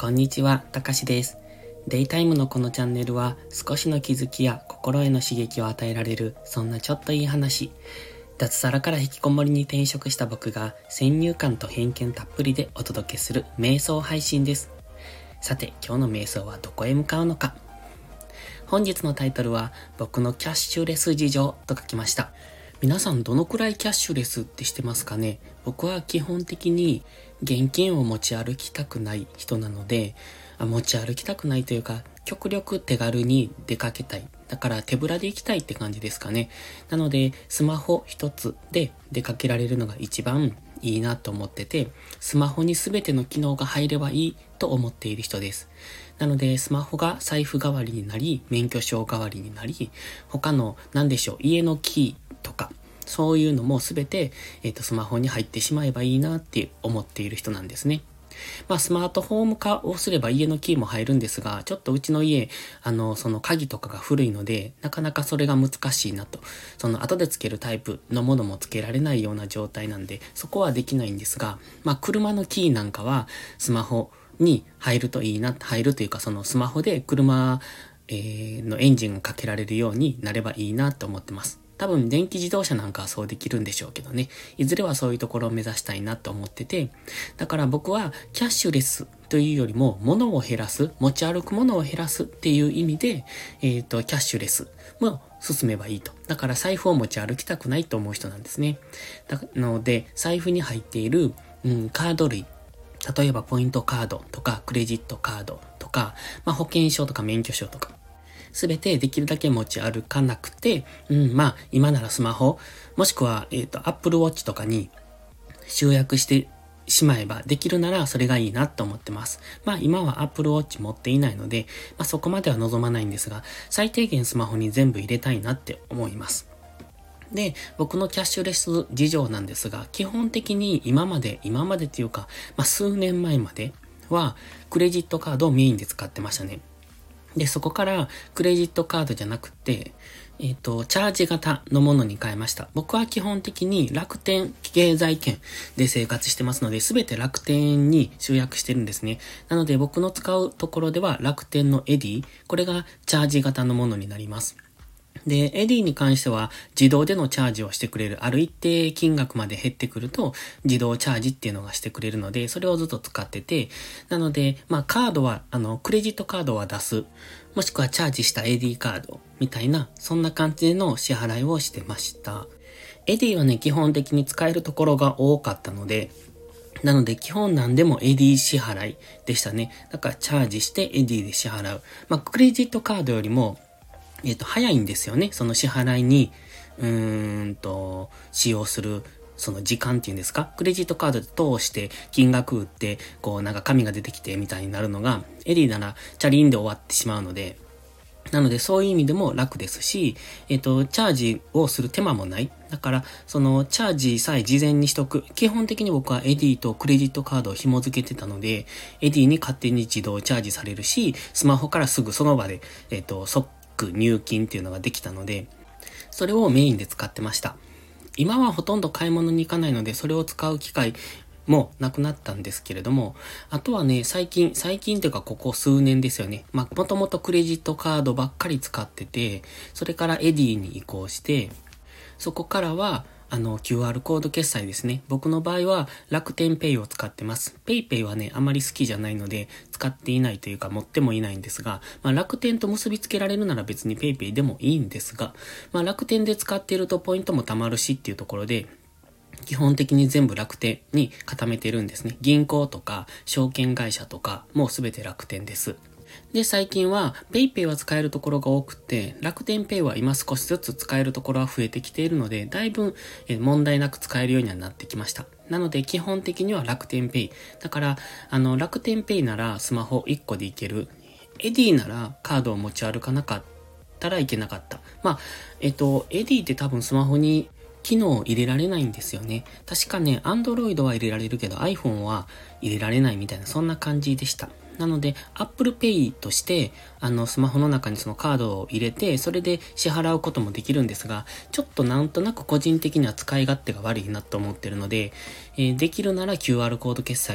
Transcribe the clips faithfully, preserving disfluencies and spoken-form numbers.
こんにちは、たかしです。デイタイムのこのチャンネルは少しの気づきや心への刺激を与えられる、そんなちょっといい話。脱サラから引きこもりに転職した僕が先入観と偏見たっぷりでお届けする瞑想配信です。さて、今日の瞑想はどこへ向かうのか。本日のタイトルは僕のキャッシュレス事情と書きました。皆さんどのくらいキャッシュレスってしてますかね。僕は基本的に現金を持ち歩きたくない人なので、あ持ち歩きたくないというか、極力手軽に出かけたい。だから手ぶらで行きたいって感じですかね。なのでスマホ一つで出かけられるのが一番いいなと思ってて、スマホに全ての機能が入ればいいと思っている人です。なのでスマホが財布代わりになり、免許証代わりになり、他の何でしょう、家のキーとかそういうのもすべて、えっと、スマホに入ってしまえばいいなって思っている人なんですね。まあ、スマートフォーム化をすれば家のキーも入るんですが、ちょっとうちの家、あの、その鍵とかが古いので、なかなかそれが難しいなと。その後でつけるタイプのものもつけられないような状態なんで、そこはできないんですが、まあ、車のキーなんかはスマホに入るといいな、入るというかそのスマホで車、えー、のエンジンがかけられるようになればいいなと思ってます。多分電気自動車なんかはそうできるんでしょうけどね。いずれはそういうところを目指したいなと思ってて、だから僕はキャッシュレスというよりも物を減らす、持ち歩くものを減らすっていう意味で、えっと、キャッシュレスも進めばいいと。だから財布を持ち歩きたくないと思う人なんですね。なので、財布に入っている、うん、カード類、例えばポイントカードとかクレジットカードとか、まあ、保険証とか免許証とか、すべてできるだけ持ち歩かなくて、うん、まあ、今ならスマホ、もしくは、えっと、Apple Watch とかに集約してしまえば、できるならそれがいいなと思ってます。まあ、今は Apple Watch 持っていないので、まあ、そこまでは望まないんですが、最低限スマホに全部入れたいなって思います。で、僕のキャッシュレス事情なんですが、基本的に今まで、今までっていうか、まあ、数年前までは、クレジットカードをメインで使ってましたね。で、そこからクレジットカードじゃなくて、えっと、チャージ型のものに変えました。僕は基本的に楽天経済圏で生活してますので、すべて楽天に集約してるんですね。なので僕の使うところでは楽天のエディ、これがチャージ型のものになります。で、エディに関しては自動でのチャージをしてくれる。ある一定金額まで減ってくると自動チャージっていうのがしてくれるので、それをずっと使ってて、なので、まあカードは、あの、クレジットカードは出す。もしくはチャージした エディ カードみたいな、そんな感じでの支払いをしてました。エディはね、基本的に使えるところが多かったので、なので基本なんでも エディ 支払いでしたね。だからチャージして エディ で支払う。まあクレジットカードよりもえっと、早いんですよね。その支払いに、うーんと、使用する、その時間っていうんですか。クレジットカードで通して、金額打って、こう、なんか紙が出てきてみたいになるのが、エディなら、チャリンで終わってしまうので、なので、そういう意味でも楽ですし、えっと、チャージをする手間もない。だから、その、チャージさえ事前にしとく。基本的に僕はエディとクレジットカードを紐付けてたので、エディに勝手に自動チャージされるし、スマホからすぐその場で、えっと、即入金っていうのができたので、それをメインで使ってました。今はほとんど買い物に行かないので、それを使う機会もなくなったんですけれども、あとはね、最近、最近というかここ数年ですよね。まあ、もともとクレジットカードばっかり使ってて、それからエディに移行して、そこからは、あの、キューアール コード決済ですね。僕の場合は楽天ペイを使ってます。ペイペイはね、あまり好きじゃないので、使っていないというか持ってもいないんですが、まあ楽天と結びつけられるなら別にペイペイでもいいんですが、まあ楽天で使っているとポイントも貯まるしっていうところで、基本的に全部楽天に固めてるんですね。銀行とか証券会社とかもうすべて楽天です。で、最近は PayPay は使えるところが多くて、楽天ペイは今少しずつ使えるところは増えてきているので、だいぶ問題なく使えるようにはなってきました。なので基本的には楽天ペイ。だから、あの、楽天ペイならスマホいっこでいける。エディならカードを持ち歩かなかったらいけなかった。まあ、えっと、エディって多分スマホに機能を入れられないんですよね。確かね、Android は入れられるけど iPhone は入れられないみたいな、そんな感じでした。なので、Apple Pay として、あの、スマホの中にそのカードを入れて、それで支払うこともできるんですが、ちょっとなんとなく個人的には使い勝手が悪いなと思ってるので、えーできるなら キューアール コード決済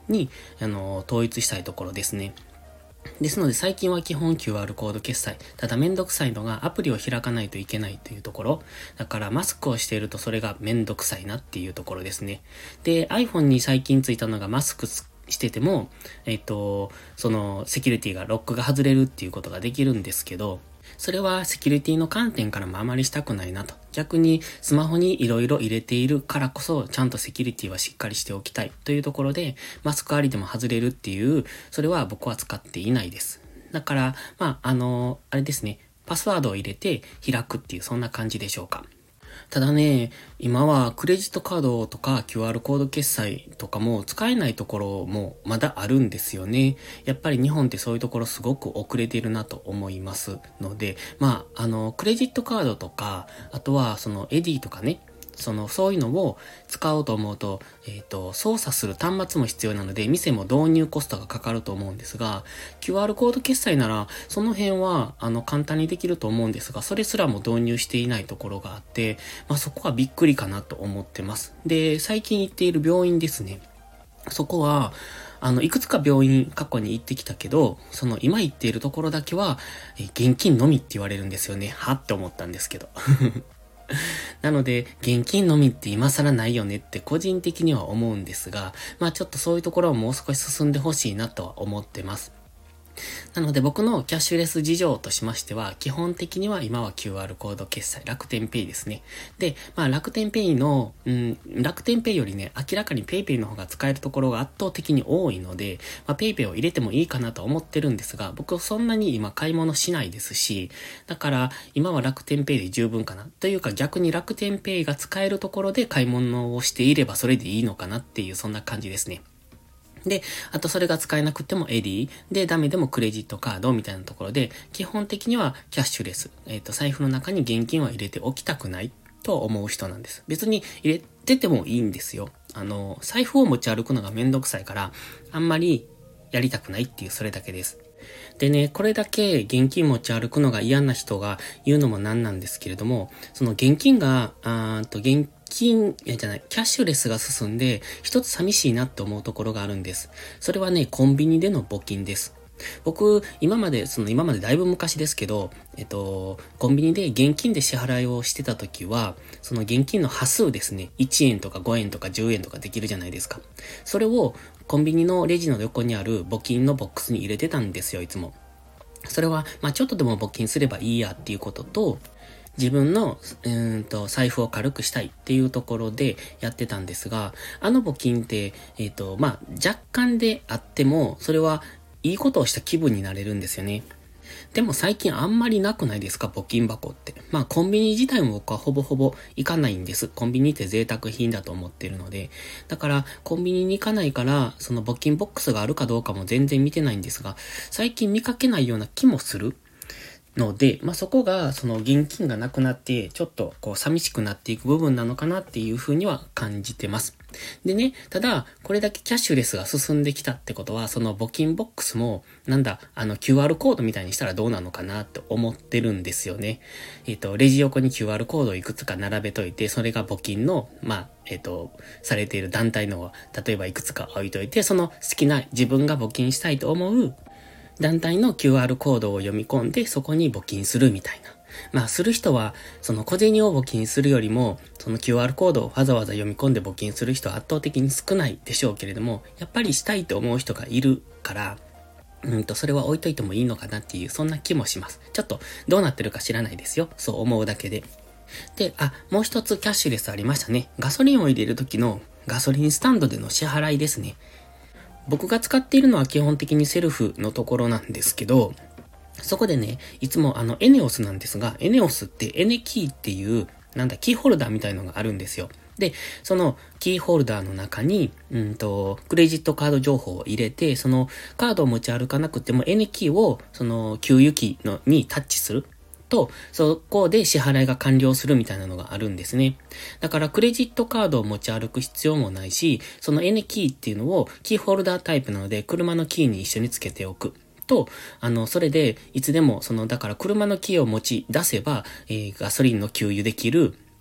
に、あの、統一したいところですね。ですので最近は基本 キューアール コード決済。ただめんどくさいのがアプリを開かないといけないというところ。だからマスクをしているとそれがめんどくさいなっていうところですね。で、iPhone に最近ついたのがマスクしてても、えっと、そのセキュリティがロックが外れるっていうことができるんですけど、それはセキュリティの観点からもあまりしたくないなと。逆にスマホに色々入れているからこそちゃんとセキュリティはしっかりしておきたいというところでマスクありでも外れるっていう、それは僕は使っていないです。だから、まあ、あの、あれですね。パスワードを入れて開くっていうそんな感じでしょうか。ただね、今はクレジットカードとか キューアール コード決済とかも使えないところもまだあるんですよね。やっぱり日本ってそういうところすごく遅れてるなと思いますので、まあ、あの、クレジットカードとか、あとはそのエディとかね、その、そういうのを使おうと思うと、えっと、操作する端末も必要なので、店も導入コストがかかると思うんですが、キューアール コード決済なら、その辺は、あの、簡単にできると思うんですが、それすらも導入していないところがあって、まあ、そこはびっくりかなと思ってます。で、最近行っている病院ですね。そこは、あの、いくつか病院過去に行ってきたけど、その今行っているところだけは、え現金のみって言われるんですよね。はって思ったんですけど。なので、現金のみって今更ないよねって個人的には思うんですが、まあちょっとそういうところはもう少し進んでほしいなとは思ってます。なので僕のキャッシュレス事情としましては、基本的には今は キューアール コード決済、楽天ペイですね。で、まあ楽天ペイの、うん、楽天ペイよりね、明らかにペイペイの方が使えるところが圧倒的に多いので、まあペイペイを入れてもいいかなと思ってるんですが、僕そんなに今買い物しないですし、だから今は楽天ペイで十分かな。というか逆に楽天ペイが使えるところで買い物をしていればそれでいいのかなっていうそんな感じですね。で、あとそれが使えなくてもエディで、ダメでもクレジットカードみたいなところで、基本的にはキャッシュレス。えっと、財布の中に現金は入れておきたくないと思う人なんです。別に入れててもいいんですよ。あの、財布を持ち歩くのがめんどくさいから、あんまりやりたくないっていうそれだけです。でね、これだけ現金持ち歩くのが嫌な人が言うのもなんなんですけれども、その現金が、あーと、現金、いやじゃない、キャッシュレスが進んで、一つ寂しいなって思うところがあるんです。それはね、コンビニでの募金です。僕、今まで、その今までだいぶ昔ですけど、えっと、コンビニで現金で支払いをしてた時は、その現金の端数ですね、いちえんとかごえんとかじゅうえんとかできるじゃないですか。それをコンビニのレジの横にある募金のボックスに入れてたんですよ、いつも。それは、まあちょっとでも募金すればいいやっていうことと、自分の、うーんと、財布を軽くしたいっていうところでやってたんですが、あの募金って、えっと、まあ、若干であっても、それはいいことをした気分になれるんですよね。でも最近あんまりなくないですか、募金箱って。まあコンビニ自体も僕はほぼほぼ行かないんです。コンビニって贅沢品だと思ってるので。だからコンビニに行かないから、その募金ボックスがあるかどうかも全然見てないんですが、最近見かけないような気もする。ので、まあ、そこが、その現金がなくなって、ちょっとこう寂しくなっていく部分なのかなっていうふうには感じてます。でね、ただ、これだけキャッシュレスが進んできたってことは、その募金ボックスも、なんだ、あの キューアール コードみたいにしたらどうなのかなって思ってるんですよね。えっと、レジ横に キューアール コードをいくつか並べといて、それが募金の、まあ、えっと、されている団体の、例えばいくつか置いといて、その好きな自分が募金したいと思う、団体の キューアール コードを読み込んでそこに募金するみたいな。まあする人はその小銭を募金するよりもその キューアール コードをわざわざ読み込んで募金する人は圧倒的に少ないでしょうけれども、やっぱりしたいと思う人がいるから、うんとそれは置いといてもいいのかなっていうそんな気もします。ちょっとどうなってるか知らないですよ。そう思うだけで。で、あ、もう一つキャッシュレスありましたね。ガソリンを入れる時のガソリンスタンドでの支払いですね。僕が使っているのは基本的にセルフのところなんですけど、そこでね、いつもあのエネオスなんですが、エネオスってエネキーっていう、なんだ、キーホルダーみたいのがあるんですよ。で、そのキーホルダーの中に、うんと、クレジットカード情報を入れて、そのカードを持ち歩かなくてもエネキーを、その給油機のにタッチする。と、そこで支払いが完了するみたいなのがあるんですね。だからクレジットカードを持ち歩く必要もないし、その N キーっていうのをキーホルダータイプなので車のキーに一緒につけておく。と、あの、それでいつでも、その、だから車のキーを持ち出せば、えー、ガソリンの給油できる、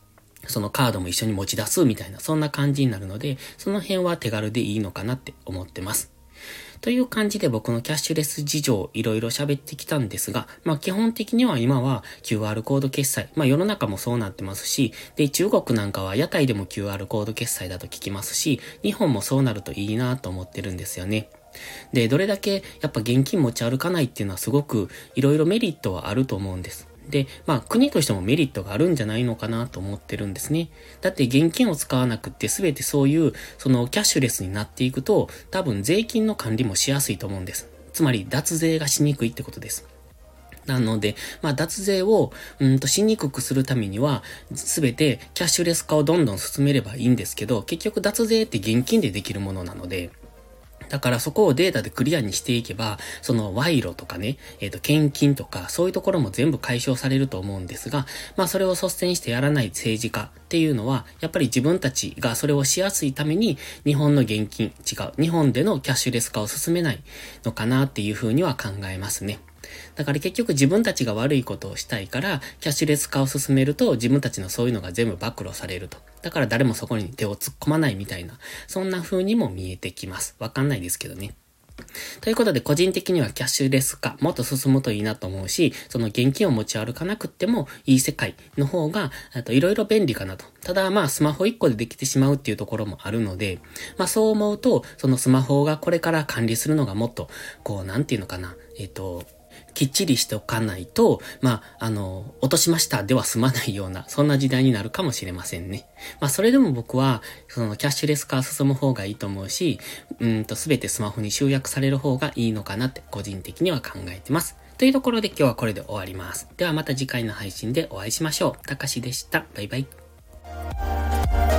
そのカードも一緒に持ち出すみたいな、そんな感じになるので、その辺は手軽でいいのかなって思ってます。という感じで僕のキャッシュレス事情いろいろ喋ってきたんですが、まあ基本的には今は キューアール コード決済、まあ世の中もそうなってますし、で中国なんかは屋台でも キューアール コード決済だと聞きますし、日本もそうなるといいなと思ってるんですよね。で、どれだけやっぱ現金持ち歩かないっていうのはすごくいろいろメリットはあると思うんです。で、まあ国としてもメリットがあるんじゃないのかなと思ってるんですね。だって現金を使わなくって全てそういうそのキャッシュレスになっていくと多分税金の管理もしやすいと思うんです。つまり脱税がしにくいってことです。なので、まあ脱税をうんとしにくくするためには全てキャッシュレス化をどんどん進めればいいんですけど、結局脱税って現金でできるものなので、だからそこをデータでクリアにしていけば、その賄賂とかね、えっと、献金とか、そういうところも全部解消されると思うんですが、まあそれを率先してやらない政治家っていうのは、やっぱり自分たちがそれをしやすいために、日本の現金、違う、日本でのキャッシュレス化を進めないのかなっていうふうには考えますね。だから結局自分たちが悪いことをしたいから、キャッシュレス化を進めると自分たちのそういうのが全部暴露されると。だから誰もそこに手を突っ込まないみたいな、そんな風にも見えてきます。わかんないですけどね。ということで個人的にはキャッシュレス化もっと進むといいなと思うし、その現金を持ち歩かなくってもいい世界の方が、あといろいろ便利かなと。ただまあスマホいっこでできてしまうっていうところもあるので、まあそう思うと、そのスマホがこれから管理するのがもっと、こうなんていうのかな、えっと、きっちりしておかないと、まあ、あの、落としましたでは済まないような、そんな時代になるかもしれませんね。まあ、それでも僕は、そのキャッシュレス化進む方がいいと思うし、うんと、すべてスマホに集約される方がいいのかなって、個人的には考えてます。というところで今日はこれで終わります。ではまた次回の配信でお会いしましょう。たかしでした。バイバイ。